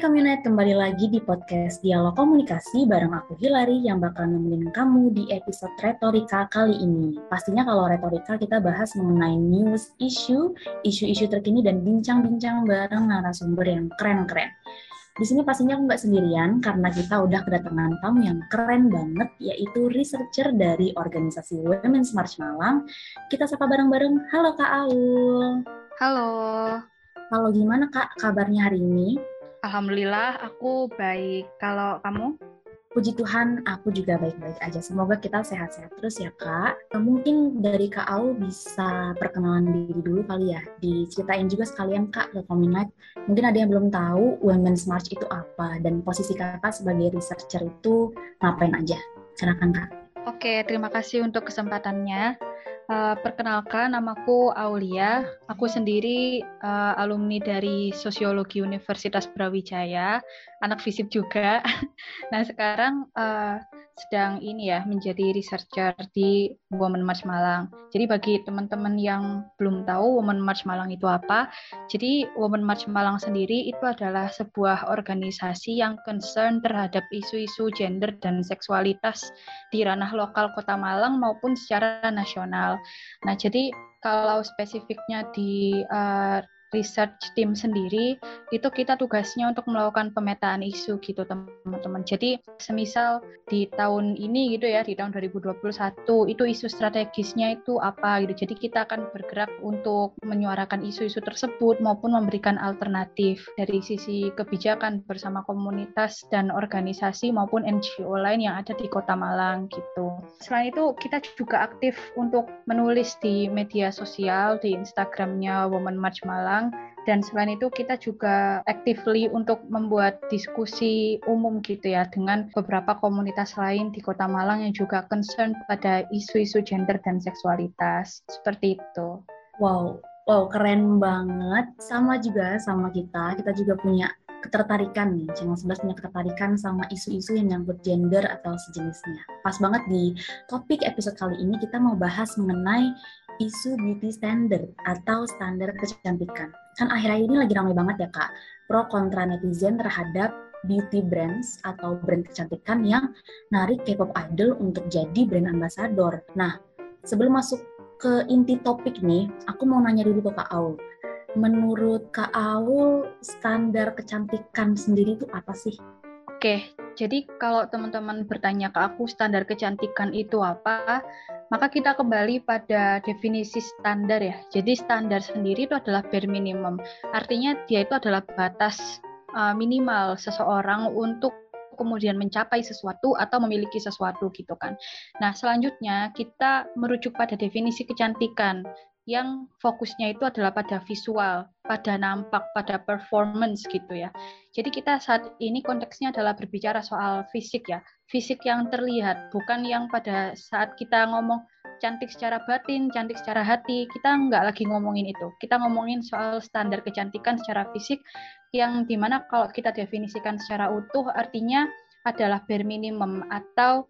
Community, kembali lagi di podcast Dialog Komunikasi bareng aku Hilary yang bakal nemenin kamu di episode retorika kali ini. Pastinya kalau retorika kita bahas mengenai news isu-isu terkini dan bincang-bincang bareng narasumber yang keren-keren. Di sini pastinya aku nggak sendirian karena kita udah kedatangan tamu yang keren banget, yaitu researcher dari organisasi Women's March Malang. Kita sapa bareng-bareng. Halo Kak Aul. Halo. Halo, gimana Kak kabarnya hari ini? Alhamdulillah, aku baik. Kalau kamu? Puji Tuhan, aku juga baik-baik aja. Semoga kita sehat-sehat terus ya, Kak. Mungkin dari Kak Au bisa perkenalan diri dulu kali ya. Diceritain juga sekalian, Kak, ke Kominat. Mungkin ada yang belum tahu Women's March itu apa, dan posisi Kakak sebagai researcher itu ngapain aja. Silakan, Kak. Oke, terima kasih untuk kesempatannya. Perkenalkan, namaku Aulia. Aku sendiri alumni dari Sosiologi Universitas Brawijaya, anak FISIP juga. Nah, sekarang sedang menjadi researcher di Women March Malang. Jadi bagi teman-teman yang belum tahu Women March Malang itu apa, jadi Women March Malang sendiri itu adalah sebuah organisasi yang concern terhadap isu-isu gender dan seksualitas di ranah lokal Kota Malang maupun secara nasional. Nah, jadi kalau spesifiknya di research team sendiri, itu kita tugasnya untuk melakukan pemetaan isu gitu teman-teman. Jadi semisal di tahun ini gitu ya, di tahun 2021 itu isu strategisnya itu apa gitu. Jadi kita akan bergerak untuk menyuarakan isu-isu tersebut maupun memberikan alternatif dari sisi kebijakan bersama komunitas dan organisasi maupun NGO lain yang ada di Kota Malang gitu. Selain itu kita juga aktif untuk menulis di media sosial, di Instagramnya Women March Malang. Dan selain itu kita juga actively untuk membuat diskusi umum gitu ya dengan beberapa komunitas lain di Kota Malang yang juga concern pada isu-isu gender dan seksualitas. Seperti itu. Wow, keren banget. Sama juga sama kita juga punya ketertarikan nih. Channel 11 punya ketertarikan sama isu-isu yang nyangkut gender atau sejenisnya. Pas banget di topik episode kali ini kita mau bahas mengenai isu beauty standard atau standar kecantikan. Kan akhir-akhir ini lagi ramai banget ya Kak, pro kontra netizen terhadap beauty brands atau brand kecantikan yang narik K-pop idol untuk jadi brand ambassador. Nah, sebelum masuk ke inti topik nih, aku mau nanya dulu ke Kak Aul. Menurut Kak Aul, standar kecantikan sendiri itu apa sih? Oke, jadi kalau teman-teman bertanya ke aku standar kecantikan itu apa, maka kita kembali pada definisi standar ya. Jadi standar sendiri itu adalah bare minimum. Artinya dia itu adalah batas minimal seseorang untuk kemudian mencapai sesuatu atau memiliki sesuatu gitu kan. Nah, selanjutnya kita merujuk pada definisi kecantikan yang fokusnya itu adalah pada visual, pada nampak, pada performance gitu ya. Jadi kita saat ini konteksnya adalah berbicara soal fisik ya, fisik yang terlihat, bukan yang pada saat kita ngomong cantik secara batin, cantik secara hati, kita nggak lagi ngomongin itu. Kita ngomongin soal standar kecantikan secara fisik yang dimana kalau kita definisikan secara utuh artinya adalah bare minimum atau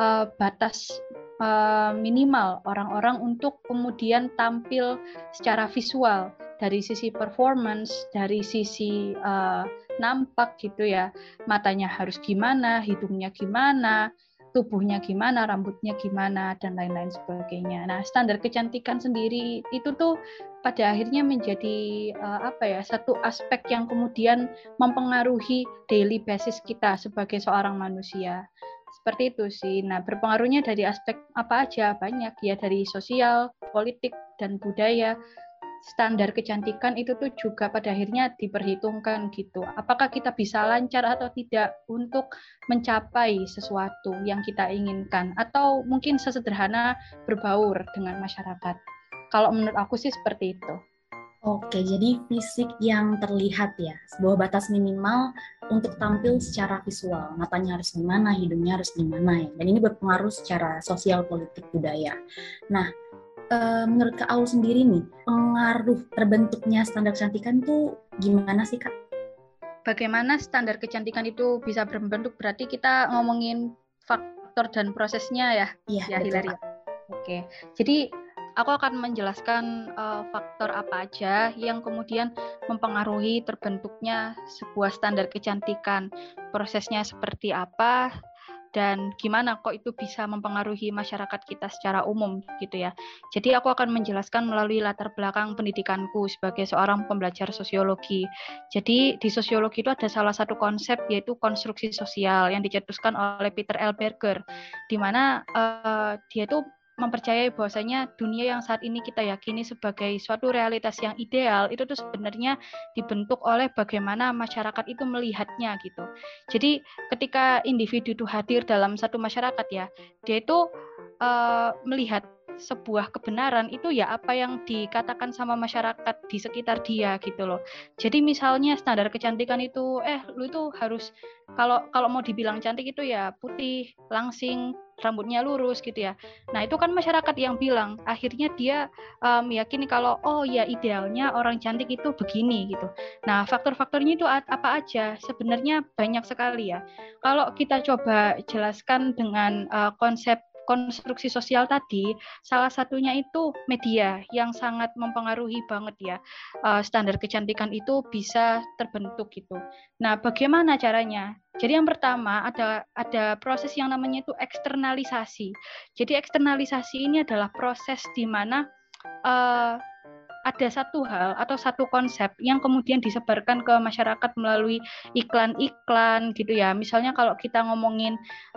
batas minimal orang-orang untuk kemudian tampil secara visual dari sisi performance, dari sisi nampak gitu ya, matanya harus gimana, hidungnya gimana, tubuhnya gimana, rambutnya gimana, dan lain-lain sebagainya. Nah, standar kecantikan sendiri itu tuh pada akhirnya menjadi satu aspek yang kemudian mempengaruhi daily basis kita sebagai seorang manusia. Seperti itu sih. Nah, berpengaruhnya dari aspek apa aja? Banyak ya, dari sosial, politik, dan budaya. Standar kecantikan itu tuh juga pada akhirnya diperhitungkan gitu. Apakah kita bisa lancar atau tidak untuk mencapai sesuatu yang kita inginkan, atau mungkin sesederhana berbaur dengan masyarakat. Kalau menurut aku sih seperti itu. Oke, jadi fisik yang terlihat ya, sebuah batas minimal untuk tampil secara visual. Matanya harus gimana, hidungnya harus gimana ya. Dan ini berpengaruh secara sosial, politik, budaya. Nah, menurut Kak Aul sendiri nih, pengaruh terbentuknya standar kecantikan tuh gimana sih Kak? Bagaimana standar kecantikan itu bisa berbentuk, berarti kita ngomongin faktor dan prosesnya ya, Iya, ya betul Hilary. Kak. Oke, jadi aku akan menjelaskan faktor apa aja yang kemudian mempengaruhi terbentuknya sebuah standar kecantikan, prosesnya seperti apa, dan gimana kok itu bisa mempengaruhi masyarakat kita secara umum gitu ya. Jadi aku akan menjelaskan melalui latar belakang pendidikanku sebagai seorang pembelajar sosiologi. Jadi di sosiologi itu ada salah satu konsep yaitu konstruksi sosial yang dicetuskan oleh Peter L. Berger, di mana dia itu mempercayai bahwasanya dunia yang saat ini kita yakini sebagai suatu realitas yang ideal itu tuh sebenarnya dibentuk oleh bagaimana masyarakat itu melihatnya gitu. Jadi ketika individu itu hadir dalam satu masyarakat ya, dia itu melihat sebuah kebenaran itu ya apa yang dikatakan sama masyarakat di sekitar dia gitu loh. Jadi misalnya standar kecantikan itu lu itu harus kalau mau dibilang cantik itu ya putih, langsing, rambutnya lurus gitu ya. Nah, itu kan masyarakat yang bilang. Akhirnya dia meyakini kalau oh ya idealnya orang cantik itu begini gitu. Nah, faktor-faktornya itu apa aja? Sebenarnya banyak sekali ya. Kalau kita coba jelaskan dengan konsep konstruksi sosial tadi, salah satunya itu media yang sangat mempengaruhi banget ya. Standar kecantikan itu bisa terbentuk gitu. Nah, bagaimana caranya? Jadi yang pertama ada proses yang namanya itu eksternalisasi. Jadi eksternalisasi ini adalah proses di mana uh, ada satu hal atau satu konsep yang kemudian disebarkan ke masyarakat melalui iklan-iklan gitu ya. Misalnya kalau kita ngomongin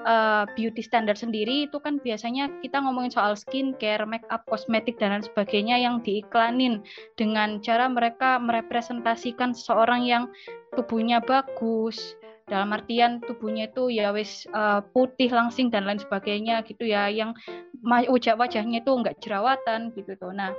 beauty standard sendiri itu kan biasanya kita ngomongin soal skincare, make up, kosmetik dan lain sebagainya yang diiklanin dengan cara mereka merepresentasikan seseorang yang tubuhnya bagus, dalam artian tubuhnya itu ya wis putih langsing dan lain sebagainya gitu ya, yang wajahnya itu enggak jerawatan gitu tuh. Nah,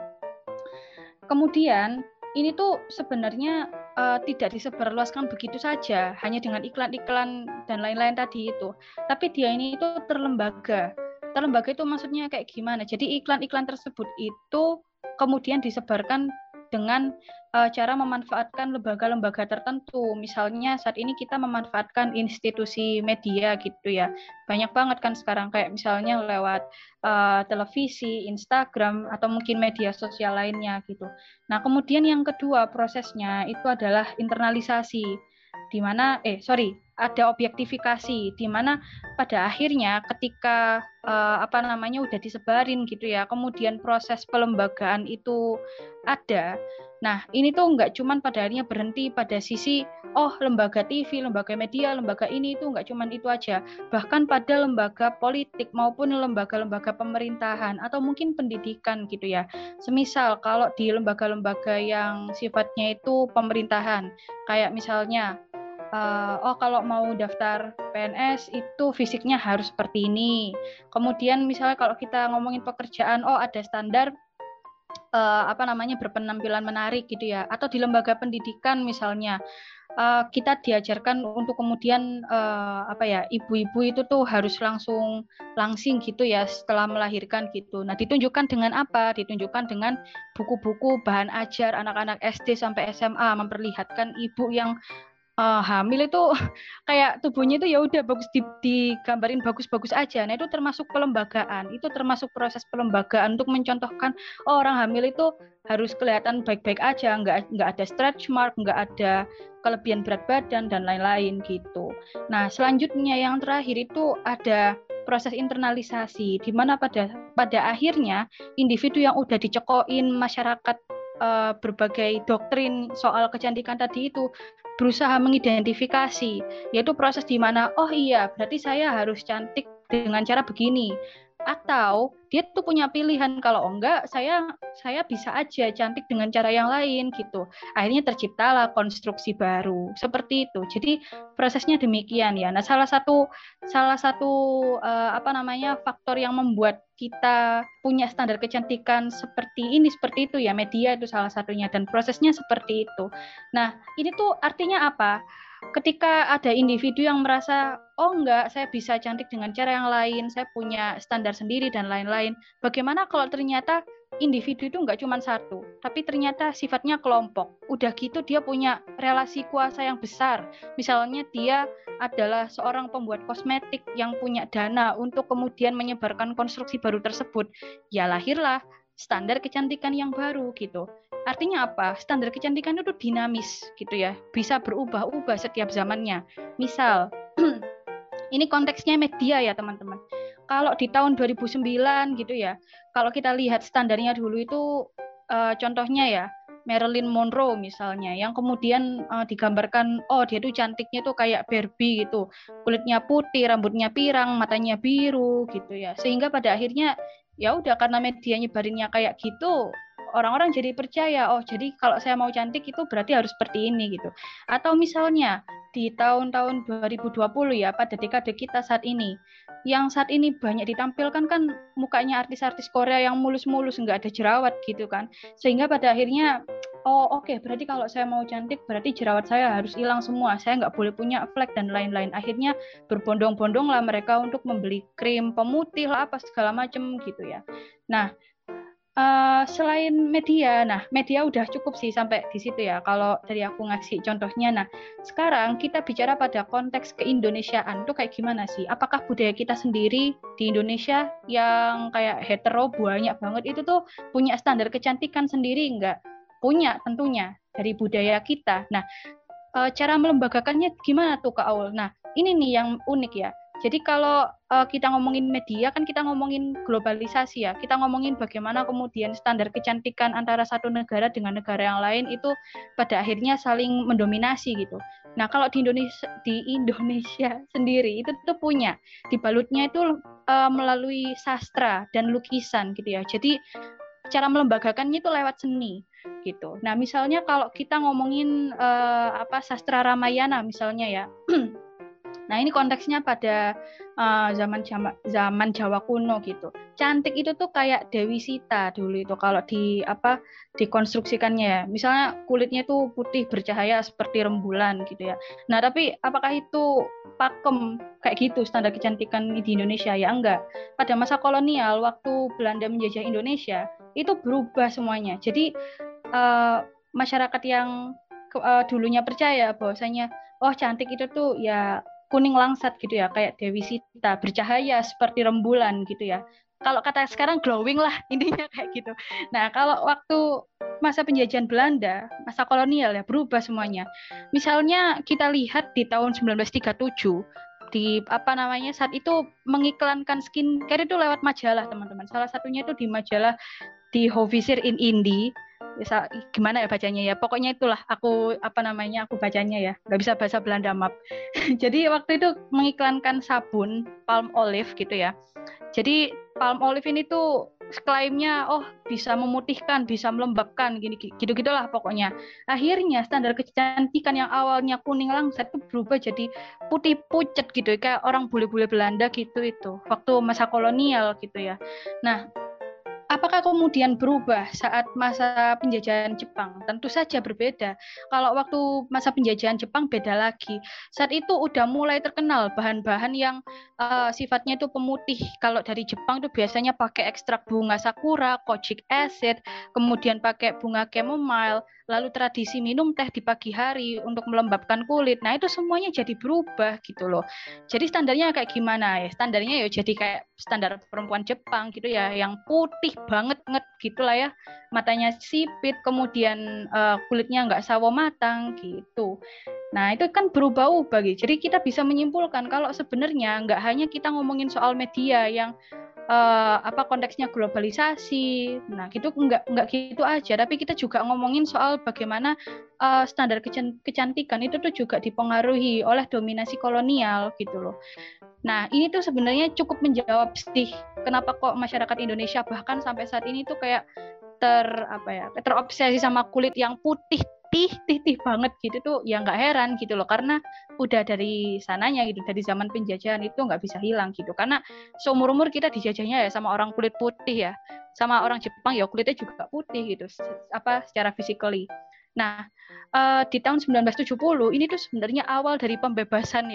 kemudian ini tuh sebenarnya tidak disebarluaskan begitu saja hanya dengan iklan-iklan dan lain-lain tadi itu. Tapi dia ini itu terlembaga. Terlembaga itu maksudnya kayak gimana? Jadi iklan-iklan tersebut itu kemudian disebarkan dengan cara memanfaatkan lembaga-lembaga tertentu. Misalnya saat ini kita memanfaatkan institusi media gitu ya. Banyak banget kan sekarang kayak misalnya lewat televisi, Instagram, atau mungkin media sosial lainnya gitu. Nah, kemudian yang kedua prosesnya itu adalah internalisasi, di mana ada objektifikasi, di mana pada akhirnya ketika udah disebarin gitu ya, kemudian proses pelembagaan itu ada. Nah, ini tuh nggak cuman pada akhirnya berhenti pada sisi lembaga TV, lembaga media, lembaga ini itu nggak cuman itu aja, bahkan pada lembaga politik maupun lembaga-lembaga pemerintahan atau mungkin pendidikan gitu ya. Semisal kalau di lembaga-lembaga yang sifatnya itu pemerintahan, kayak misalnya kalau mau daftar PNS itu fisiknya harus seperti ini. Kemudian misalnya kalau kita ngomongin pekerjaan, ada standar berpenampilan menarik gitu ya. Atau di lembaga pendidikan misalnya kita diajarkan untuk kemudian ibu-ibu itu tuh harus langsing gitu ya setelah melahirkan gitu. Nah, ditunjukkan dengan apa? Ditunjukkan dengan buku-buku bahan ajar anak-anak SD sampai SMA memperlihatkan ibu yang hamil itu kayak tubuhnya itu ya udah bagus digambarin bagus-bagus aja. Nah, itu termasuk pelembagaan. Itu termasuk proses pelembagaan untuk mencontohkan orang hamil itu harus kelihatan baik-baik aja, nggak ada stretch mark, nggak ada kelebihan berat badan dan lain-lain gitu. Nah, selanjutnya yang terakhir itu ada proses internalisasi di mana pada akhirnya individu yang udah dicekokin masyarakat berbagai doktrin soal kecantikan tadi itu berusaha mengidentifikasi, yaitu proses di mana berarti saya harus cantik dengan cara begini, atau dia tuh punya pilihan kalau enggak saya bisa aja cantik dengan cara yang lain gitu. Akhirnya terciptalah konstruksi baru seperti itu. Jadi prosesnya demikian ya. Nah, salah satu faktor yang membuat kita punya standar kecantikan seperti itu ya, media itu salah satunya, dan prosesnya seperti itu. Nah, ini tuh artinya apa? Ketika ada individu yang merasa, enggak, saya bisa cantik dengan cara yang lain, saya punya standar sendiri dan lain-lain. Bagaimana kalau ternyata individu itu enggak cuma satu, tapi ternyata sifatnya kelompok. Udah gitu dia punya relasi kuasa yang besar. Misalnya dia adalah seorang pembuat kosmetik yang punya dana untuk kemudian menyebarkan konstruksi baru tersebut. Ya lahirlah standar kecantikan yang baru gitu. Artinya apa? Standar kecantikan itu dinamis gitu ya, bisa berubah-ubah setiap zamannya. Misal, ini konteksnya media ya teman-teman. Kalau di tahun 2009 gitu ya, kalau kita lihat standarnya dulu itu contohnya ya, Marilyn Monroe misalnya, yang kemudian digambarkan, oh dia tuh cantiknya tuh kayak Barbie gitu, kulitnya putih, rambutnya pirang, matanya biru gitu ya, sehingga pada akhirnya ya udah karena media nyebarinnya kayak gitu, orang-orang jadi percaya, oh jadi kalau saya mau cantik itu berarti harus seperti ini gitu. Atau misalnya di tahun-tahun 2020 ya, pada dekade kita saat ini, yang saat ini banyak ditampilkan kan mukanya artis-artis Korea yang mulus-mulus, nggak ada jerawat gitu kan, sehingga pada akhirnya oh oke, berarti kalau saya mau cantik berarti jerawat saya harus hilang semua, saya nggak boleh punya flek dan lain-lain. Akhirnya berbondong-bondong lah mereka untuk membeli krim pemutih lah apa segala macam gitu ya. Nah, selain media, nah media udah cukup sih sampai di situ ya. Kalau dari aku ngasih contohnya, nah sekarang kita bicara pada konteks keindonesiaan tuh kayak gimana sih? Apakah budaya kita sendiri di Indonesia yang kayak hetero banyak banget itu tuh punya standar kecantikan sendiri nggak? Punya tentunya dari budaya kita. Nah, cara melembagakannya gimana tuh Kak Aul? Nah, ini nih yang unik ya. Jadi kalau kita ngomongin media kan kita ngomongin globalisasi ya. Kita ngomongin bagaimana kemudian standar kecantikan antara satu negara dengan negara yang lain itu pada akhirnya saling mendominasi gitu. Nah, kalau di Indonesia sendiri itu tuh punya dibalutnya itu melalui sastra dan lukisan gitu ya. Jadi cara melembagakannya itu lewat seni gitu. Nah, misalnya kalau kita ngomongin sastra Ramayana misalnya ya. Nah, ini konteksnya pada zaman Jawa kuno gitu. Cantik itu tuh kayak Dewi Sita dulu itu kalau dikonstruksikannya ya. Misalnya kulitnya tuh putih bercahaya seperti rembulan gitu ya. Nah, tapi apakah itu pakem kayak gitu standar kecantikan di Indonesia? Ya enggak. Pada masa kolonial waktu Belanda menjajah Indonesia, itu berubah semuanya. Jadi masyarakat yang dulunya percaya bahwasanya oh cantik itu tuh ya kuning langsat gitu ya, kayak Dewi Sita, bercahaya seperti rembulan gitu ya. Kalau kata sekarang glowing lah intinya kayak gitu. Nah, kalau waktu masa penjajahan Belanda, masa kolonial ya berubah semuanya. Misalnya kita lihat di tahun 1937 di saat itu mengiklankan skincare itu lewat majalah teman-teman. Salah satunya itu di majalah di Hovisir in Indi. Gimana ya bacanya ya, pokoknya itulah aku bacanya ya, nggak bisa bahasa Belanda maaf. Jadi waktu itu mengiklankan sabun palm olive gitu ya. Jadi palm olive ini tuh klaimnya oh bisa memutihkan, bisa melembabkan gitu-gitulah pokoknya. Akhirnya standar kecantikan yang awalnya kuning langsat itu berubah jadi putih pucet gitu kayak orang bule-bule Belanda gitu itu waktu masa kolonial gitu ya. Nah, apakah kemudian berubah saat masa penjajahan Jepang? Tentu saja berbeda. Kalau waktu masa penjajahan Jepang beda lagi. Saat itu udah mulai terkenal bahan-bahan yang sifatnya itu pemutih. Kalau dari Jepang itu biasanya pakai ekstrak bunga sakura, kojic acid, kemudian pakai bunga chamomile, lalu tradisi minum teh di pagi hari untuk melembabkan kulit. Nah, itu semuanya jadi berubah gitu loh. Jadi standarnya kayak gimana ya? Standarnya ya jadi kayak standar perempuan Jepang gitu ya, yang putih banget gitulah ya, matanya sipit, kemudian kulitnya nggak sawo matang gitu. Nah, itu kan berubah-ubah gitu. Jadi kita bisa menyimpulkan kalau sebenarnya nggak hanya kita ngomongin soal media yang konteksnya globalisasi. Nah, gitu nggak gitu aja, tapi kita juga ngomongin soal bagaimana standar kecantikan itu tuh juga dipengaruhi oleh dominasi kolonial gitu loh. Nah, ini tuh sebenarnya cukup menjawab sih kenapa kok masyarakat Indonesia bahkan sampai saat ini tuh kayak terobsesi sama kulit yang putih tih banget gitu tuh ya nggak heran gitu loh, karena udah dari sananya gitu, dari zaman penjajahan itu nggak bisa hilang gitu, karena seumur-umur kita dijajahnya ya sama orang kulit putih ya, sama orang Jepang ya kulitnya juga putih gitu secara physically. Nah, di tahun 1970 ini tuh sebenarnya awal dari pembebasan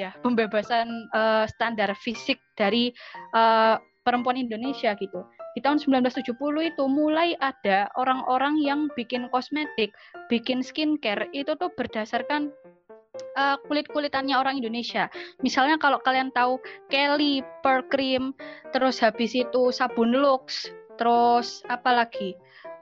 standar fisik dari perempuan Indonesia gitu. Di tahun 1970 itu mulai ada orang-orang yang bikin kosmetik, bikin skincare itu tuh berdasarkan kulit-kulitannya orang Indonesia. Misalnya kalau kalian tahu Kelly Pearl Cream, terus habis itu sabun Lux, terus apa lagi?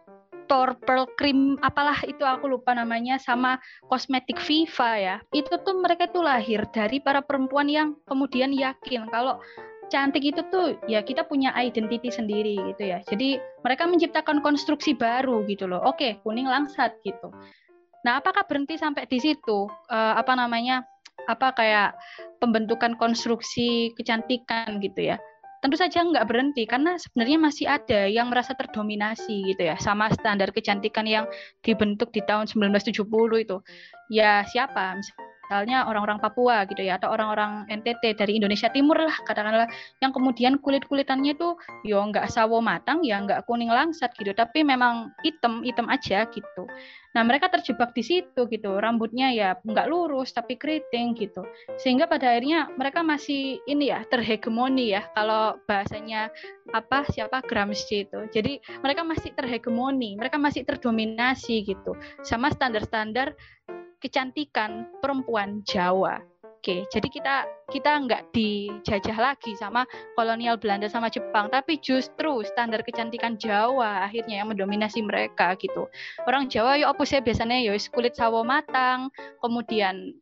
Pearl Cream apalah itu aku lupa namanya, sama kosmetik Viva ya. Itu tuh mereka tuh lahir dari para perempuan yang kemudian yakin kalau cantik itu tuh ya kita punya identity sendiri gitu ya. Jadi mereka menciptakan konstruksi baru gitu loh. Oke, kuning langsat gitu. Nah, apakah berhenti sampai di situ? Apa namanya? Apa kayak pembentukan konstruksi kecantikan gitu ya? Tentu saja nggak berhenti karena sebenarnya masih ada yang merasa terdominasi gitu ya sama standar kecantikan yang dibentuk di tahun 1970 itu. Ya siapa? Misalnya orang-orang Papua gitu ya atau orang-orang NTT dari Indonesia Timur lah katakanlah, yang kemudian kulit-kulitannya tuh yo nggak sawo matang ya nggak kuning langsat gitu, tapi memang hitam aja gitu. Nah, mereka terjebak di situ gitu. Rambutnya ya nggak lurus tapi keriting gitu. Sehingga pada akhirnya mereka masih ini ya, terhegemoni ya. Kalau bahasanya siapa Gramsci itu. Jadi mereka masih terhegemoni, mereka masih terdominasi gitu sama standar-standar kecantikan perempuan Jawa. Oke, jadi kita nggak dijajah lagi sama kolonial Belanda sama Jepang, tapi justru standar kecantikan Jawa akhirnya yang mendominasi mereka gitu. Orang Jawa ya opusnya biasanya ya kulit sawo matang, kemudian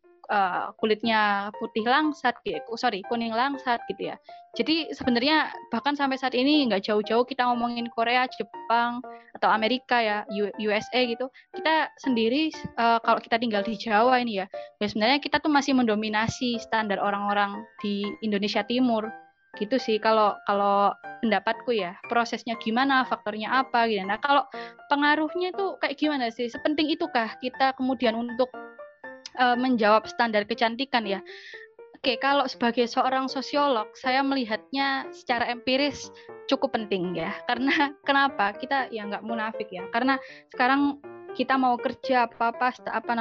kulitnya putih langsat gitu, kuning langsat gitu ya. Jadi sebenarnya bahkan sampai saat ini nggak jauh-jauh kita ngomongin Korea, Jepang atau Amerika ya, USA gitu, kita sendiri kalau kita tinggal di Jawa ini ya sebenarnya kita tuh masih mendominasi standar orang-orang di Indonesia Timur gitu sih. Kalau pendapatku ya, prosesnya gimana, faktornya apa gitu. Nah, kalau pengaruhnya itu kayak gimana sih? Sepenting itukah kita kemudian untuk menjawab standar kecantikan ya? Oke, kalau sebagai seorang sosiolog, saya melihatnya secara empiris cukup penting ya. Karena kenapa? Kita ya nggak munafik ya. Karena sekarang kita mau kerja apa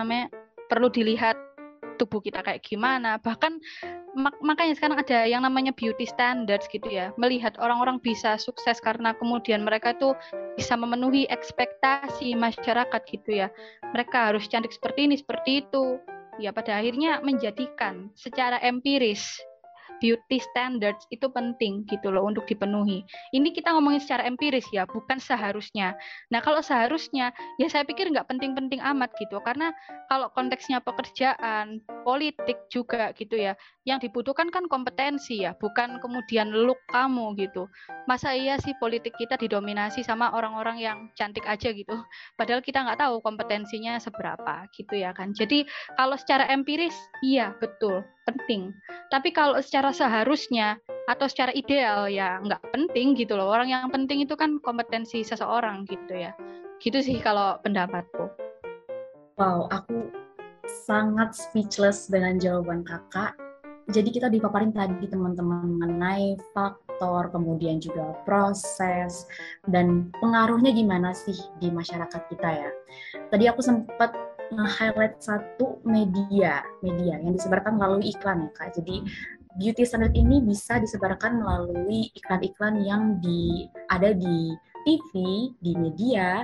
perlu dilihat tubuh kita kayak gimana. Bahkan makanya sekarang ada yang namanya beauty standards gitu ya. Melihat orang-orang bisa sukses karena kemudian mereka tuh bisa memenuhi ekspektasi masyarakat gitu ya. Mereka harus cantik seperti ini, seperti itu. Ya pada akhirnya menjadikan secara empiris beauty standards itu penting gitu loh untuk dipenuhi. Ini kita ngomongin secara empiris ya, bukan seharusnya. Nah, kalau seharusnya, ya saya pikir nggak penting-penting amat gitu. Karena kalau konteksnya pekerjaan, politik juga gitu ya, yang dibutuhkan kan kompetensi ya, bukan kemudian look kamu gitu. Masa iya sih politik kita didominasi sama orang-orang yang cantik aja gitu. Padahal kita nggak tahu kompetensinya seberapa gitu ya kan. Jadi kalau secara empiris, iya betul, penting. Tapi kalau secara seharusnya atau secara ideal ya nggak penting gitu loh. Orang yang penting itu kan kompetensi seseorang gitu ya. Gitu sih kalau pendapatku. Wow, aku sangat speechless dengan jawaban kakak. Jadi kita dipaparin tadi teman-teman mengenai faktor, kemudian juga proses, dan pengaruhnya gimana sih di masyarakat kita ya. Tadi aku sempat nge-highlight satu media yang disebarkan melalui iklan ya Kak. Jadi beauty standard ini bisa disebarkan melalui iklan-iklan yang ada di TV, di media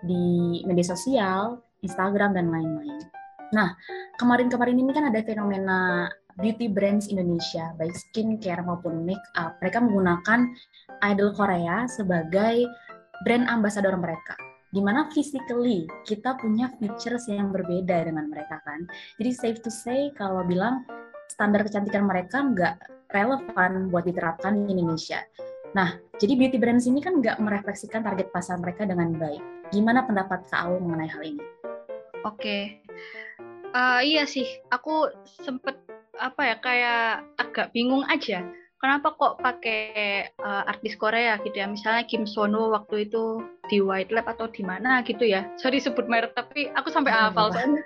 sosial, Instagram, dan lain-lain. Nah, kemarin-kemarin ini kan ada fenomena beauty brands Indonesia, baik skincare maupun make up. Mereka menggunakan idol Korea sebagai brand ambassador mereka, di mana physically kita punya features yang berbeda dengan mereka kan. Jadi safe to say kalau bilang standar kecantikan mereka nggak relevan buat diterapkan di Indonesia. Nah, jadi beauty brands ini kan nggak merefleksikan target pasar mereka dengan baik. Gimana pendapat Kak Aul mengenai hal ini? Oke. Iya sih, aku sempet kayak agak bingung aja. Kenapa kok pakai artis Korea gitu ya? Misalnya Kim Sono waktu itu di White Lab atau di mana gitu ya. Sorry sebut merek, tapi aku sampai hafal soalnya.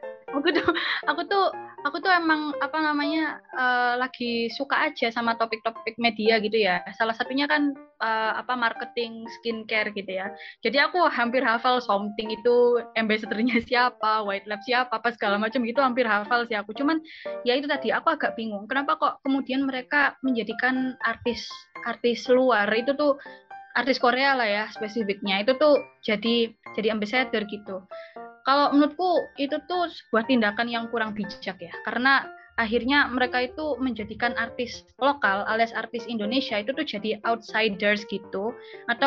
Aku tuh emang lagi suka aja sama topik-topik media gitu ya. Salah satunya kan marketing skincare gitu ya. Jadi aku hampir hafal Something itu ambassador-nya siapa, White Lab siapa, apa segala macam gitu hampir hafal sih aku. Cuman ya itu tadi aku agak bingung. Kenapa kok kemudian mereka menjadikan artis luar itu tuh artis Korea lah ya spesifiknya itu tuh jadi ambassador gitu. Kalau menurutku itu tuh sebuah tindakan yang kurang bijak ya, karena akhirnya mereka itu menjadikan artis lokal alias artis Indonesia itu tuh jadi outsiders gitu, atau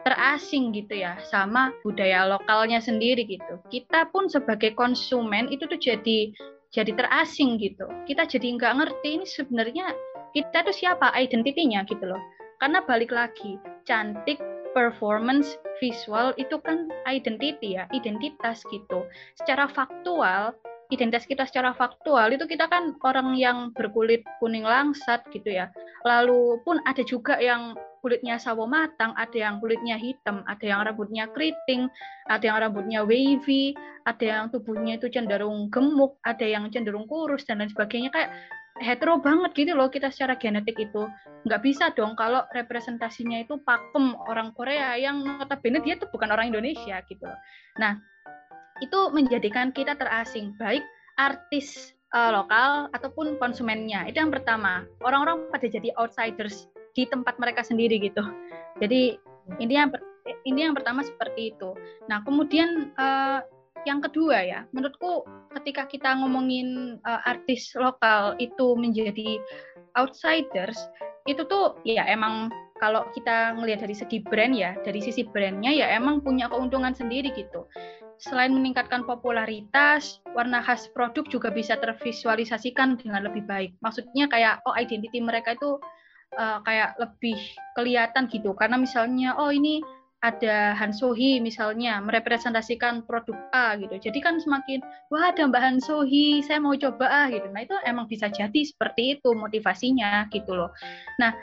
terasing gitu ya sama budaya lokalnya sendiri gitu. Kita pun sebagai konsumen itu tuh jadi terasing gitu. Kita jadi nggak ngerti ini sebenarnya kita tuh siapa, identitinya gitu loh. Karena balik lagi, cantik, performance, visual itu kan identity ya, identitas gitu. Secara faktual, identitas kita secara faktual itu kita kan orang yang berkulit kuning langsat gitu ya. Lalu pun ada juga yang kulitnya sawo matang, ada yang kulitnya hitam, ada yang rambutnya keriting, ada yang rambutnya wavy, ada yang tubuhnya itu cenderung gemuk, ada yang cenderung kurus dan lain sebagainya. Kayak hetero banget gitu loh kita secara genetik itu. Nggak bisa dong kalau representasinya itu pakem orang Korea yang notabene dia tuh bukan orang Indonesia gitu loh. Nah, itu menjadikan kita terasing, baik artis lokal ataupun konsumennya. Itu yang pertama. Orang-orang pada jadi outsiders di tempat mereka sendiri gitu. Jadi ini yang pertama seperti itu. Nah, kemudian yang kedua ya, menurutku ketika kita ngomongin artis lokal itu menjadi outsiders, itu tuh ya emang kalau kita ngelihat dari segi brand ya, dari sisi brandnya ya emang punya keuntungan sendiri gitu. Selain meningkatkan popularitas, warna khas produk juga bisa tervisualisasikan dengan lebih baik. Maksudnya kayak identity mereka itu kayak lebih kelihatan gitu. Karena misalnya ini ada Han So-hee misalnya merepresentasikan produk A gitu. Jadi kan semakin wah ada Mbak Han So-hee, saya mau coba gitu. Nah itu emang bisa jadi seperti itu motivasinya gitu loh. Nah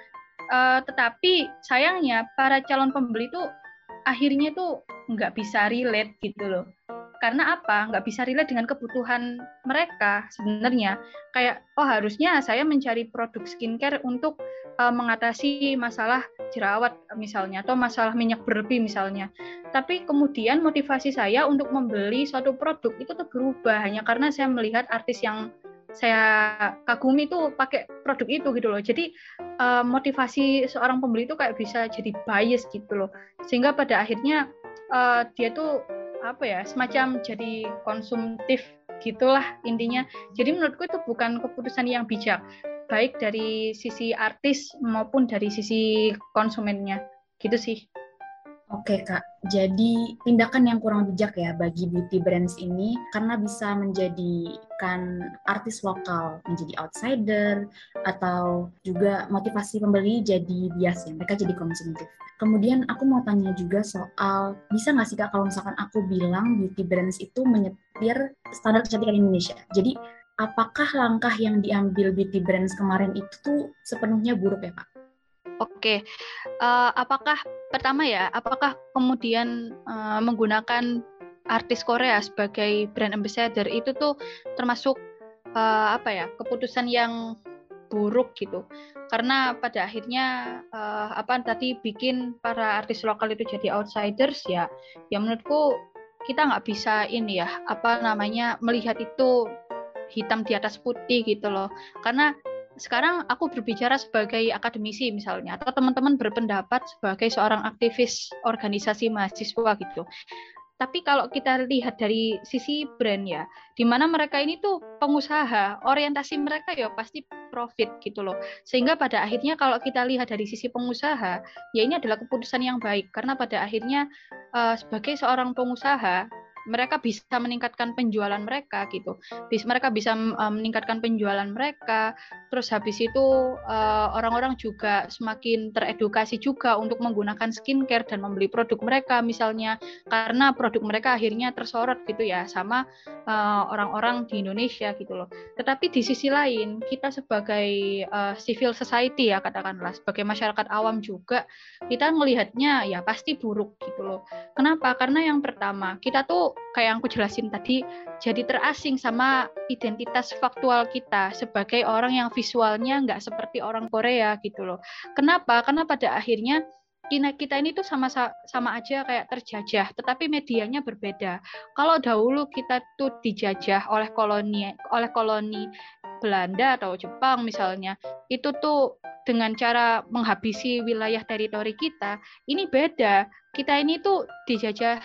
tetapi sayangnya para calon pembeli itu akhirnya tuh nggak bisa relate gitu loh. Karena apa? Nggak bisa relate dengan kebutuhan mereka sebenarnya. Kayak, harusnya saya mencari produk skincare untuk mengatasi masalah jerawat misalnya, atau masalah minyak berlebih misalnya. Tapi kemudian motivasi saya untuk membeli suatu produk itu tuh berubah hanya karena saya melihat artis yang saya kagumi itu pakai produk itu gitu loh. Jadi motivasi seorang pembeli itu kayak bisa jadi bias gitu loh. Sehingga pada akhirnya dia tuh semacam jadi konsumtif gitulah intinya. Jadi menurutku itu bukan keputusan yang bijak, baik dari sisi artis maupun dari sisi konsumennya gitu sih. Oke Kak, jadi tindakan yang kurang bijak ya bagi beauty brands ini karena bisa menjadikan artis lokal menjadi outsider atau juga motivasi pembeli jadi bias ya, mereka jadi konsumtif. Kemudian aku mau tanya juga soal, bisa nggak sih Kak kalau misalkan aku bilang beauty brands itu menyetir standar kecantikan Indonesia? Jadi apakah langkah yang diambil beauty brands kemarin itu tuh sepenuhnya buruk ya Kak? Oke, apakah kemudian menggunakan artis Korea sebagai brand ambassador itu tuh termasuk keputusan yang buruk gitu? Karena pada akhirnya tadi bikin para artis lokal itu jadi outsiders ya menurutku kita nggak bisa melihat itu hitam di atas putih gitu loh. Karena sekarang aku berbicara sebagai akademisi misalnya, atau teman-teman berpendapat sebagai seorang aktivis organisasi mahasiswa gitu. Tapi kalau kita lihat dari sisi brand ya, di mana mereka ini tuh pengusaha, orientasi mereka ya pasti profit gitu loh. Sehingga pada akhirnya kalau kita lihat dari sisi pengusaha, ya ini adalah keputusan yang baik. Karena pada akhirnya sebagai seorang pengusaha, mereka bisa meningkatkan penjualan mereka gitu. Mereka bisa meningkatkan penjualan mereka. Terus habis itu orang-orang juga semakin teredukasi juga untuk menggunakan skincare dan membeli produk mereka misalnya, karena produk mereka akhirnya tersorot gitu ya sama orang-orang di Indonesia gitu loh. Tetapi di sisi lain kita sebagai civil society ya katakanlah, sebagai masyarakat awam juga kita melihatnya ya pasti buruk gitu loh. Kenapa? Karena yang pertama kita tuh kayak yang aku jelasin tadi jadi terasing sama identitas faktual kita sebagai orang yang visualnya nggak seperti orang Korea gitu loh. Kenapa? Karena pada akhirnya kita ini tuh sama aja kayak terjajah, tetapi medianya berbeda. Kalau dahulu kita tuh dijajah oleh koloni Belanda atau Jepang misalnya, itu tuh dengan cara menghabisi wilayah teritori kita, ini beda. kita ini tuh dijajah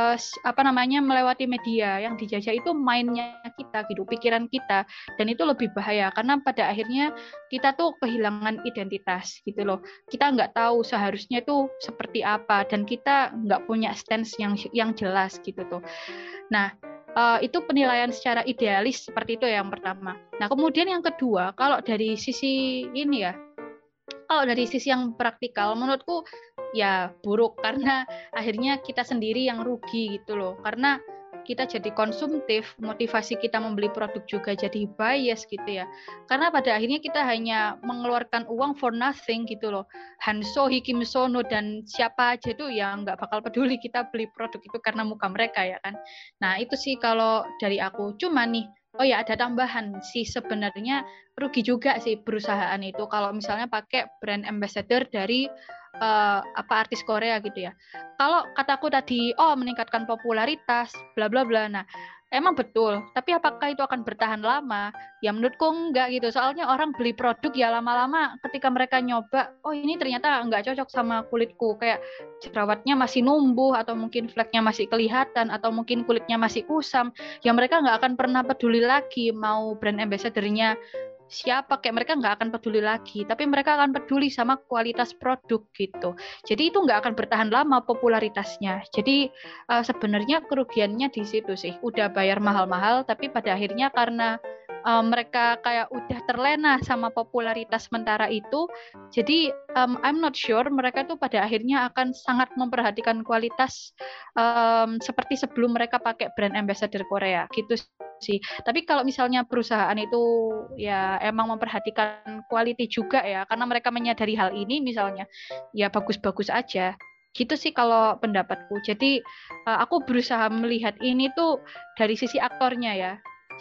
melewati media. Yang dijajah itu mindnya kita gitu, pikiran kita, dan itu lebih bahaya karena pada akhirnya kita tuh kehilangan identitas gitu loh. Kita nggak tahu seharusnya itu seperti apa dan kita nggak punya stance yang jelas gitu tuh. Nah, itu penilaian secara idealis seperti itu yang pertama. Nah, kemudian yang kedua, kalau dari sisi ini ya, kalau dari sisi yang praktikal, menurutku ya buruk karena akhirnya kita sendiri yang rugi gitu loh. Karena kita jadi konsumtif, motivasi kita membeli produk juga jadi bias gitu ya. Karena pada akhirnya kita hanya mengeluarkan uang for nothing gitu loh. Hanso, Kim Sono, dan siapa aja tuh yang nggak bakal peduli kita beli produk itu karena muka mereka ya kan. Nah itu sih kalau dari aku. Cuma nih, oh ya ada tambahan sih sebenarnya rugi juga sih perusahaan itu kalau misalnya pakai brand ambassador dari artis Korea gitu ya. Kalau kataku tadi, meningkatkan popularitas, bla bla bla. Nah, emang betul. Tapi apakah itu akan bertahan lama? Ya menurutku enggak gitu. Soalnya orang beli produk ya lama-lama ketika mereka nyoba, oh ini ternyata enggak cocok sama kulitku. Kayak jerawatnya masih numbuh atau mungkin fleknya masih kelihatan atau mungkin kulitnya masih kusam. Ya mereka nggak akan pernah peduli lagi mau brand ambassador-nya siapa, kayak mereka nggak akan peduli lagi, tapi mereka akan peduli sama kualitas produk gitu. Jadi itu nggak akan bertahan lama popularitasnya. Jadi sebenarnya kerugiannya di situ sih. Udah bayar mahal-mahal, tapi pada akhirnya karena mereka kayak udah terlena sama popularitas sementara itu, jadi I'm not sure mereka tuh pada akhirnya akan sangat memperhatikan kualitas seperti sebelum mereka pakai brand ambassador Korea gitu sih. Tapi kalau misalnya perusahaan itu ya emang memperhatikan quality juga ya, karena mereka menyadari hal ini misalnya, ya bagus-bagus aja. Gitu sih kalau pendapatku. Jadi aku berusaha melihat ini tuh dari sisi aktornya ya.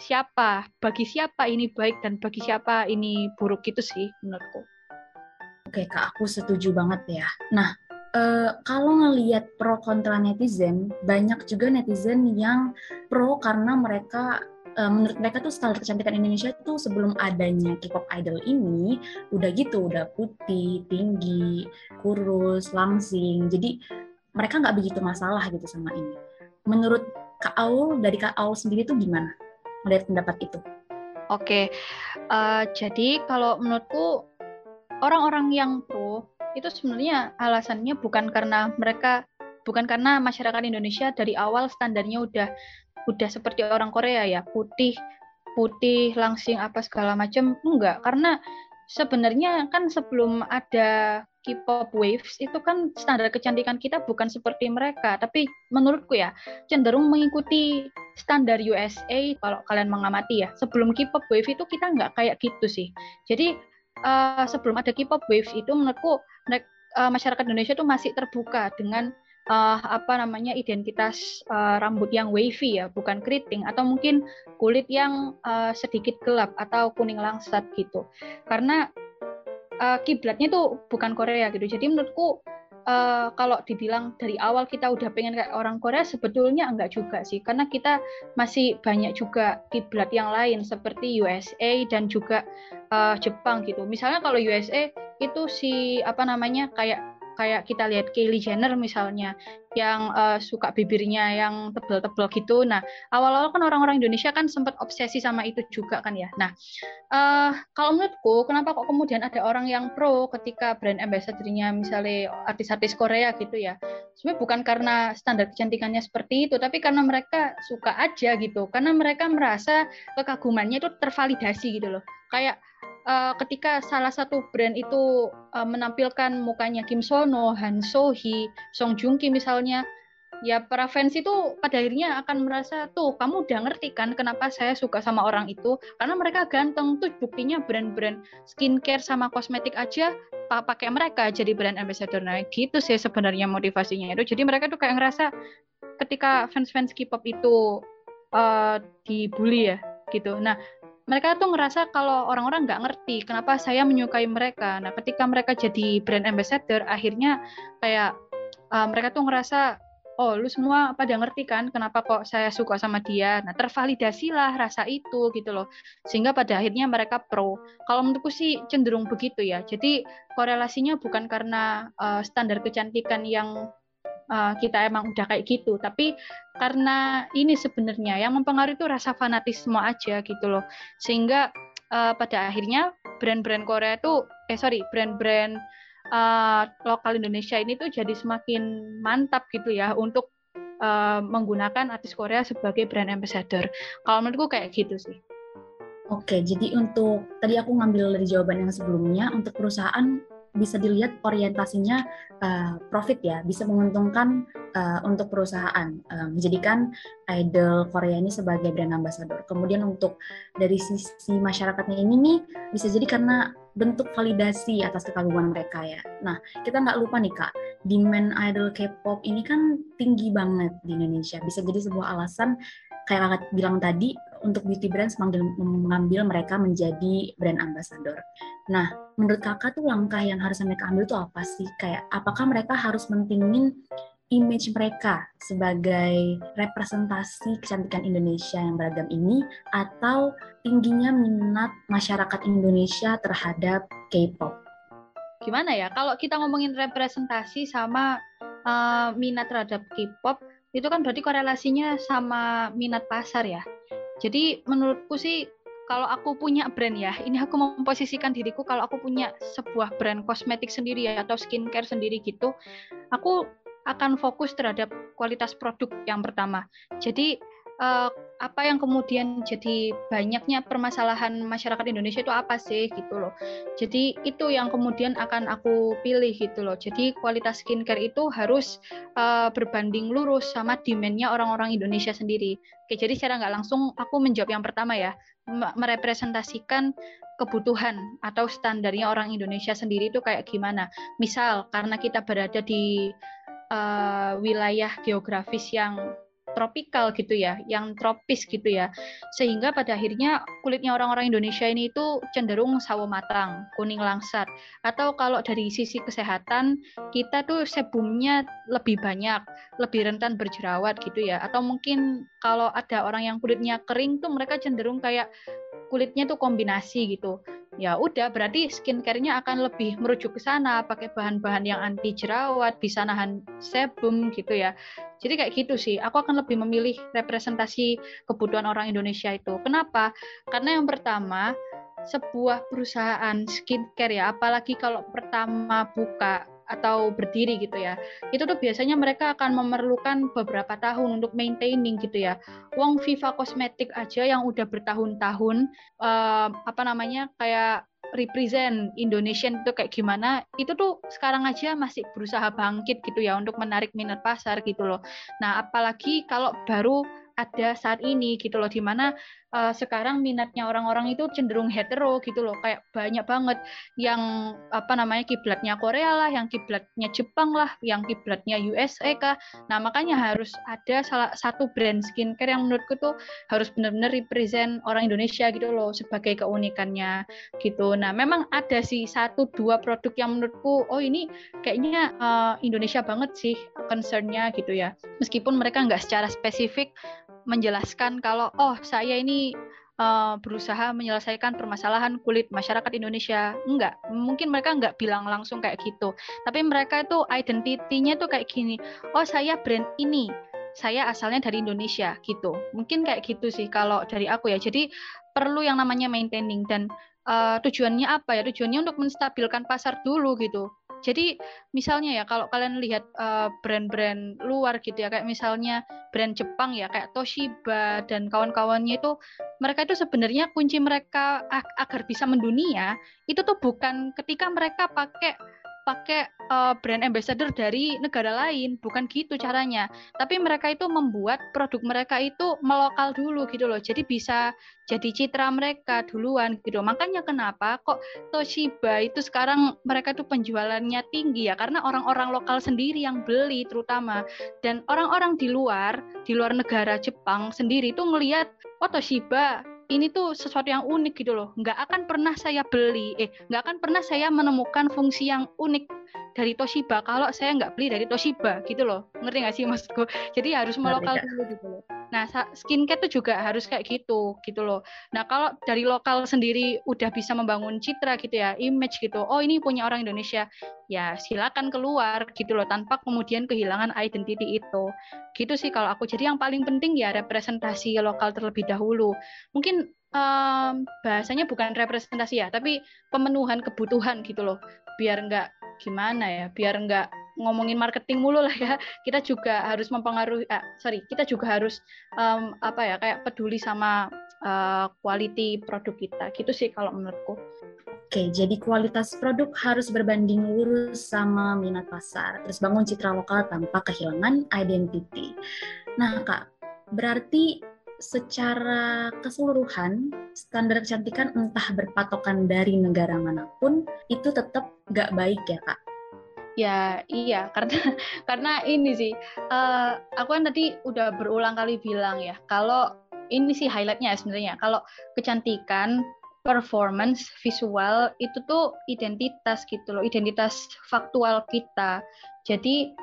Bagi siapa ini baik dan bagi siapa ini buruk gitu sih menurutku. Oke, Kak, aku setuju banget ya. Nah, kalau ngelihat pro kontra netizen, banyak juga netizen yang pro karena menurut mereka tuh standar kecantikan Indonesia tuh sebelum adanya K-pop idol ini udah gitu, udah putih, tinggi, kurus, langsing. Jadi mereka nggak begitu masalah gitu sama ini. Menurut Kak Aul, dari Kak Aul sendiri tuh gimana melihat pendapat itu? Oke, jadi kalau menurutku orang-orang yang pro itu sebenarnya alasannya bukan karena masyarakat Indonesia dari awal standarnya udah seperti orang Korea ya, putih putih langsing apa segala macam, enggak, karena sebenarnya kan sebelum ada K-pop waves itu kan standar kecantikan kita bukan seperti mereka, tapi menurutku ya cenderung mengikuti standar USA. Kalau kalian mengamati ya, sebelum K-pop wave itu kita nggak kayak gitu sih. Jadi sebelum ada K-pop waves itu menurutku masyarakat Indonesia tuh masih terbuka dengan identitas rambut yang wavy ya, bukan keriting, atau mungkin kulit yang sedikit gelap atau kuning langsat gitu. Karena kiblatnya tuh bukan Korea gitu. Jadi menurutku kalau dibilang dari awal kita udah pengen kayak orang Korea, sebetulnya enggak juga sih, karena kita masih banyak juga kiblat yang lain seperti USA dan juga Jepang gitu. Misalnya kalau USA itu kayak kita lihat Kylie Jenner misalnya yang suka bibirnya yang tebal-tebal gitu. Nah, awal-awal kan orang-orang Indonesia kan sempat obsesi sama itu juga kan ya. Nah, kalau menurutku, kenapa kok kemudian ada orang yang pro ketika brand ambassador-nya misalnya artis-artis Korea gitu ya? Sebenarnya bukan karena standar kecantikannya seperti itu, tapi karena mereka suka aja gitu. Karena mereka merasa kekagumannya itu tervalidasi gitu loh. Kayak ketika salah satu brand itu menampilkan mukanya Kim Sono, Han So-hee, Song Joong Ki misalnya, ya para fans itu pada akhirnya akan merasa tuh kamu udah ngerti kan kenapa saya suka sama orang itu, karena mereka ganteng. Tuh buktinya brand-brand skincare sama kosmetik aja pakai mereka jadi brand ambassador. Nah gitu sih sebenarnya motivasinya itu. Jadi mereka tuh kayak ngerasa ketika fans-fans K-pop itu dibully ya gitu. Nah mereka tuh ngerasa kalau orang-orang nggak ngerti kenapa saya menyukai mereka. Nah ketika mereka jadi brand ambassador, akhirnya kayak mereka tuh ngerasa, oh lu semua pada ngerti kan kenapa kok saya suka sama dia. Nah tervalidasilah rasa itu gitu loh, sehingga pada akhirnya mereka pro. Kalau menurutku sih cenderung begitu ya. Jadi korelasinya bukan karena standar kecantikan yang kita emang udah kayak gitu. Tapi karena ini sebenarnya yang mempengaruhi itu rasa fanatisme aja gitu loh. Sehingga pada akhirnya brand-brand Korea itu brand-brand lokal Indonesia ini tuh jadi semakin mantap gitu ya untuk menggunakan artis Korea sebagai brand ambassador. Kalau menurutku kayak gitu sih. Oke, jadi untuk tadi aku ngambil dari jawaban yang sebelumnya, untuk perusahaan bisa dilihat orientasinya profit ya, bisa menguntungkan untuk perusahaan menjadikan idol Korea ini sebagai brand ambassador. Kemudian untuk dari sisi masyarakatnya ini nih bisa jadi karena bentuk validasi atas kekaguman mereka ya. Nah, kita nggak lupa nih Kak, demand idol K-pop ini kan tinggi banget di Indonesia. Bisa jadi sebuah alasan kayak kakak bilang tadi, untuk beauty brands mengambil mereka menjadi brand ambassador. Nah, menurut kakak tuh langkah yang harus mereka ambil tuh apa sih? Kayak apakah mereka harus mentingin image mereka sebagai representasi kecantikan Indonesia yang beragam ini, atau tingginya minat masyarakat Indonesia terhadap K-pop? Gimana ya, kalau kita ngomongin representasi sama minat terhadap K-pop, itu kan berarti korelasinya sama minat pasar ya. Jadi menurutku sih kalau aku punya brand ya, ini aku memposisikan diriku kalau aku punya sebuah brand kosmetik sendiri ya, atau skincare sendiri gitu, aku akan fokus terhadap kualitas produk yang pertama. Jadi apa yang kemudian jadi banyaknya permasalahan masyarakat Indonesia itu apa sih gitu loh. Jadi itu yang kemudian akan aku pilih gitu loh. Jadi kualitas skincare itu harus berbanding lurus sama demand-nya orang-orang Indonesia sendiri. Oke, jadi secara nggak langsung aku menjawab yang pertama ya, merepresentasikan kebutuhan atau standarnya orang Indonesia sendiri itu kayak gimana. Misal karena kita berada di wilayah geografis yang tropikal gitu ya, yang tropis gitu ya, sehingga pada akhirnya kulitnya orang-orang Indonesia ini itu cenderung sawo matang, kuning langsat, atau kalau dari sisi kesehatan kita tuh sebumnya lebih banyak, lebih rentan berjerawat gitu ya, atau mungkin kalau ada orang yang kulitnya kering tuh mereka cenderung kayak kulitnya tuh kombinasi gitu. Ya udah, berarti skincare-nya akan lebih merujuk ke sana, pakai bahan-bahan yang anti jerawat, bisa nahan sebum gitu ya. Jadi kayak gitu sih, aku akan lebih memilih representasi kebutuhan orang Indonesia itu. Kenapa? Karena yang pertama, sebuah perusahaan skincare ya, apalagi kalau pertama buka atau berdiri gitu ya, itu tuh biasanya mereka akan memerlukan beberapa tahun untuk maintaining gitu ya. Wong Viva Kosmetik aja yang udah bertahun-tahun kayak represent Indonesian itu kayak gimana, itu tuh sekarang aja masih berusaha bangkit gitu ya untuk menarik minat pasar gitu loh. Nah, apalagi kalau baru ada saat ini gitu loh, dimana sekarang minatnya orang-orang itu cenderung hetero gitu loh, kayak banyak banget yang kiblatnya Korea lah, yang kiblatnya Jepang lah, yang kiblatnya USA kah. Nah, makanya harus ada salah satu brand skincare yang menurutku tuh harus benar-benar represent orang Indonesia gitu loh sebagai keunikannya gitu. Nah, memang ada sih satu dua produk yang menurutku ini kayaknya Indonesia banget sih concernnya gitu ya. Meskipun mereka nggak secara spesifik menjelaskan kalau saya ini berusaha menyelesaikan permasalahan kulit masyarakat Indonesia. Enggak, mungkin mereka enggak bilang langsung kayak gitu. Tapi mereka itu identitinya tuh kayak gini, saya brand ini, saya asalnya dari Indonesia gitu. Mungkin kayak gitu sih kalau dari aku ya. Jadi perlu yang namanya maintaining, dan tujuannya apa ya? Tujuannya untuk menstabilkan pasar dulu gitu. Jadi misalnya ya kalau kalian lihat brand-brand luar gitu ya, kayak misalnya brand Jepang ya, kayak Toshiba dan kawan-kawannya itu, mereka itu sebenarnya kunci mereka agar bisa mendunia itu tuh bukan ketika mereka pakai brand ambassador dari negara lain, bukan gitu caranya. Tapi mereka itu membuat produk mereka itu melokal dulu gitu loh. Jadi bisa jadi citra mereka duluan gitu. Makanya kenapa kok Toshiba itu sekarang mereka itu penjualannya tinggi ya, karena orang-orang lokal sendiri yang beli terutama. Dan orang-orang di luar negara Jepang sendiri itu ngelihat, Toshiba ini tuh sesuatu yang unik gitu loh. Nggak akan pernah saya beli, nggak akan pernah saya menemukan fungsi yang unik dari Toshiba kalau saya nggak beli dari Toshiba gitu loh. Ngerti nggak sih maksudku? Jadi harus melokal dulu gitu loh. Nah, skincare tuh juga harus kayak gitu loh. Nah, kalau dari lokal sendiri udah bisa membangun citra gitu ya, image gitu. Oh, ini punya orang Indonesia. Ya, silakan keluar gitu loh tanpa kemudian kehilangan identity itu. Gitu sih kalau aku. Jadi yang paling penting ya representasi lokal terlebih dahulu. Mungkin bahasanya bukan representasi ya, tapi pemenuhan kebutuhan gitu loh. Biar nggak gimana ya, biar nggak ngomongin marketing mulu lah ya, kita juga harus mempengaruhi kita juga harus kayak peduli sama quality produk kita gitu sih kalau menurutku. Oke, jadi kualitas produk harus berbanding lurus sama minat pasar, terus bangun citra lokal tanpa kehilangan identity. Nah Kak, berarti secara keseluruhan standar kecantikan entah berpatokan dari negara manapun itu tetap nggak baik ya Kak? Ya iya, karena ini sih aku kan tadi udah berulang kali bilang ya, kalau ini sih highlightnya sebenarnya, kalau kecantikan, performance, visual itu tuh identitas gitu loh, identitas faktual kita. Jadi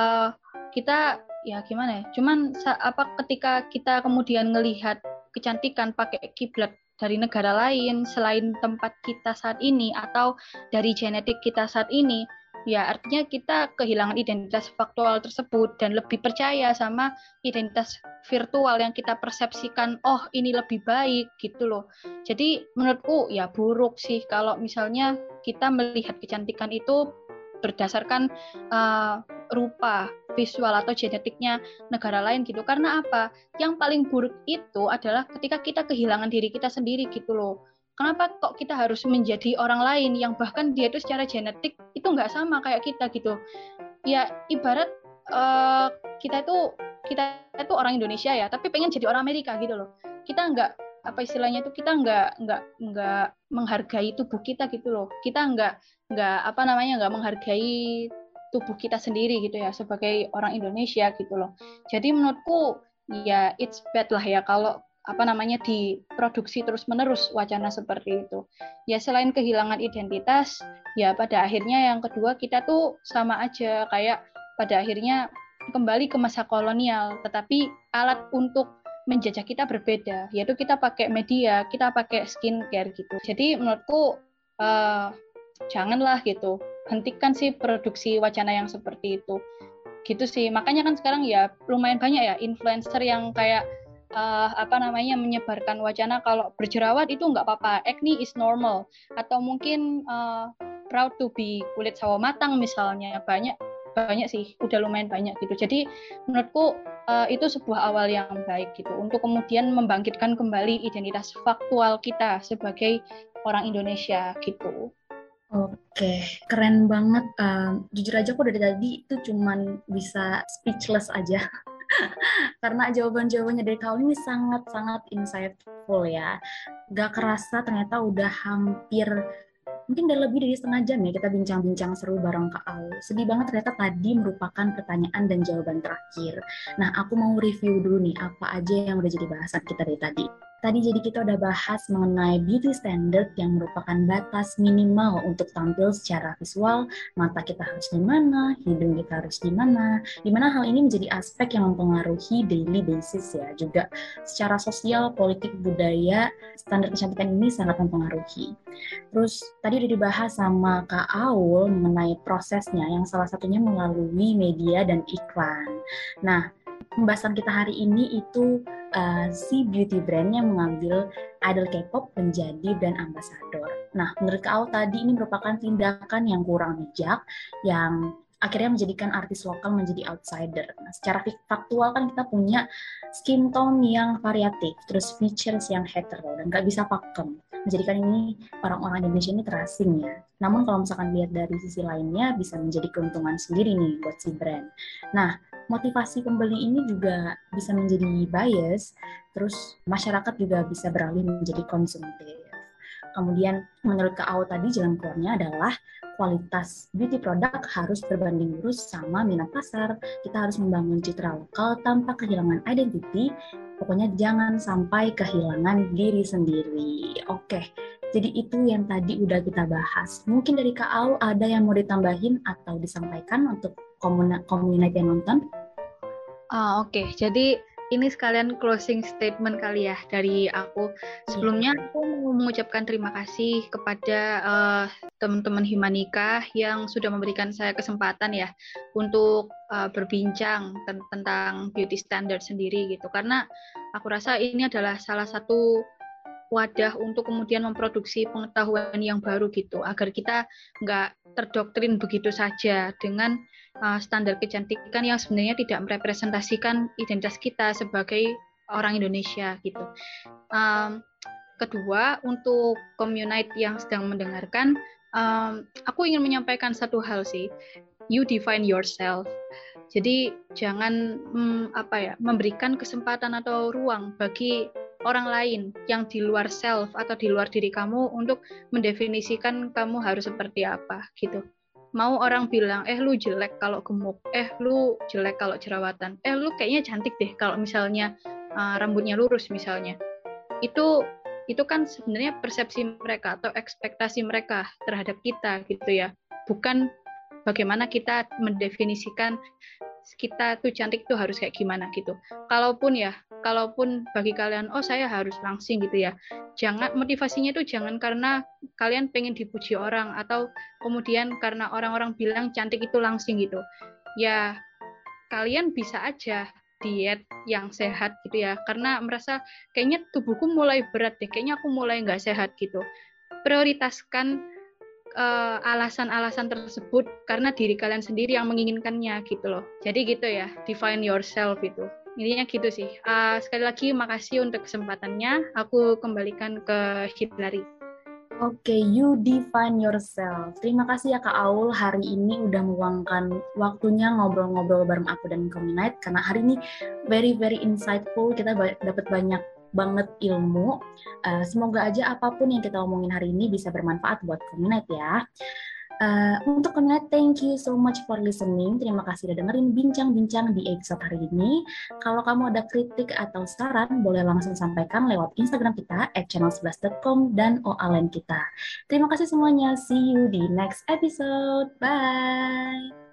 kita ya gimana ya, cuman ketika kita kemudian ngelihat kecantikan pakai kiblat dari negara lain selain tempat kita saat ini atau dari genetik kita saat ini, ya artinya kita kehilangan identitas faktual tersebut dan lebih percaya sama identitas virtual yang kita persepsikan, oh ini lebih baik gitu loh. Jadi menurutku ya buruk sih kalau misalnya kita melihat kecantikan itu berdasarkan rupa visual atau genetiknya negara lain gitu. Karena apa? Yang paling buruk itu adalah ketika kita kehilangan diri kita sendiri gitu loh. Kenapa kok kita harus menjadi orang lain yang bahkan dia itu secara genetik itu nggak sama kayak kita gitu. Ya ibarat kita itu orang Indonesia ya, tapi pengen jadi orang Amerika gitu loh. Kita nggak apa istilahnya itu, kita nggak menghargai tubuh kita gitu loh. Kita nggak menghargai tubuh kita sendiri gitu ya sebagai orang Indonesia gitu loh. Jadi menurutku ya it's bad lah ya kalau diproduksi terus-menerus wacana seperti itu. Ya selain kehilangan identitas, ya pada akhirnya yang kedua kita tuh sama aja kayak pada akhirnya kembali ke masa kolonial, tetapi alat untuk menjajah kita berbeda, yaitu kita pakai media, kita pakai skincare gitu. Jadi menurutku janganlah gitu, hentikan sih produksi wacana yang seperti itu. Gitu sih, makanya kan sekarang ya lumayan banyak ya influencer yang kayak menyebarkan wacana kalau berjerawat itu nggak apa-apa, acne is normal, atau mungkin proud to be kulit sawo matang misalnya, banyak sih, udah lumayan banyak gitu. Jadi menurutku itu sebuah awal yang baik gitu untuk kemudian membangkitkan kembali identitas faktual kita sebagai orang Indonesia gitu. Oke, keren banget. Jujur aja aku dari tadi itu cuman bisa speechless aja. Karena jawaban-jawabannya dari kau ini sangat-sangat insightful ya. Gak kerasa ternyata udah hampir, mungkin udah lebih dari setengah jam ya kita bincang-bincang seru bareng Kak Au. Sedih banget ternyata tadi merupakan pertanyaan dan jawaban terakhir. Nah, aku mau review dulu nih apa aja yang udah jadi bahasan kita dari tadi. Tadi jadi kita udah bahas mengenai beauty standard yang merupakan batas minimal untuk tampil secara visual, mata kita harus gimana, hidung kita harus gimana, dimana hal ini menjadi aspek yang mempengaruhi daily basis ya, juga secara sosial, politik, budaya, standar kecantikan ini sangat mempengaruhi. Terus tadi udah dibahas sama Kak Aul mengenai prosesnya yang salah satunya melalui media dan iklan. Nah, pembahasan kita hari ini itu si beauty brand yang mengambil idol K-pop menjadi brand ambassador. Nah, menurut Kak Au tadi ini merupakan tindakan yang kurang bijak, yang akhirnya menjadikan artis lokal menjadi outsider. Nah, secara faktual kan kita punya skin tone yang variatif, terus features yang hetero, dan nggak bisa pakem. Menjadikan ini orang-orang Indonesia ini terasing ya. Namun kalau misalkan lihat dari sisi lainnya, bisa menjadi keuntungan sendiri nih buat si brand. Nah, motivasi pembeli ini juga bisa menjadi bias, terus masyarakat juga bisa beralih menjadi konsumtif. Kemudian menurut Kak Au tadi jalan keluarnya adalah kualitas beauty produk harus berbanding lurus sama minat pasar. Kita harus membangun citra lokal tanpa kehilangan identity. Pokoknya jangan sampai kehilangan diri sendiri. Oke, Jadi itu yang tadi udah kita bahas. Mungkin dari Kak Au ada yang mau ditambahin atau disampaikan untuk komunitas yang nonton? Oke. Jadi ini sekalian closing statement kali ya dari aku. Sebelumnya Iya. aku mau mengucapkan terima kasih kepada teman-teman Himanika yang sudah memberikan saya kesempatan ya untuk berbincang tentang beauty standard sendiri gitu. Karena aku rasa ini adalah salah satu wadah untuk kemudian memproduksi pengetahuan yang baru gitu, agar kita nggak terdoktrin begitu saja dengan standar kecantikan yang sebenarnya tidak merepresentasikan identitas kita sebagai orang Indonesia gitu. Kedua, untuk community yang sedang mendengarkan, aku ingin menyampaikan satu hal sih. You define yourself. Jadi jangan memberikan kesempatan atau ruang bagi orang lain yang di luar self atau di luar diri kamu untuk mendefinisikan kamu harus seperti apa gitu. Mau orang bilang, lu jelek kalau gemuk, lu jelek kalau jerawatan, lu kayaknya cantik deh kalau misalnya rambutnya lurus misalnya. Itu kan sebenarnya persepsi mereka atau ekspektasi mereka terhadap kita gitu ya. Bukan bagaimana kita mendefinisikan kita tuh cantik tuh harus kayak gimana gitu. Kalaupun bagi kalian, saya harus langsing gitu ya. Jangan, motivasinya itu jangan karena kalian pengen dipuji orang atau kemudian karena orang-orang bilang cantik itu langsing gitu. Ya, kalian bisa aja diet yang sehat gitu ya, karena merasa kayaknya tubuhku mulai berat deh, kayaknya aku mulai nggak sehat gitu. Prioritaskan alasan-alasan tersebut karena diri kalian sendiri yang menginginkannya gitu loh. Jadi gitu ya, define yourself itu. Intinya gitu sih. Sekali lagi makasih untuk kesempatannya. Aku kembalikan ke Hillary. Oke, you define yourself. Terima kasih ya Kak Aul hari ini udah meluangkan waktunya ngobrol-ngobrol bareng aku dan Komunite, karena hari ini very very insightful, kita dapat banyak banget ilmu. Semoga aja apapun yang kita omongin hari ini bisa bermanfaat buat Komunite ya. Untuk Komunite, thank you so much for listening. Terima kasih udah dengerin bincang-bincang di episode hari ini. Kalau kamu ada kritik atau saran, boleh langsung sampaikan lewat Instagram kita @channel11.com dan OA Line kita. Terima kasih semuanya. See you di next episode. Bye.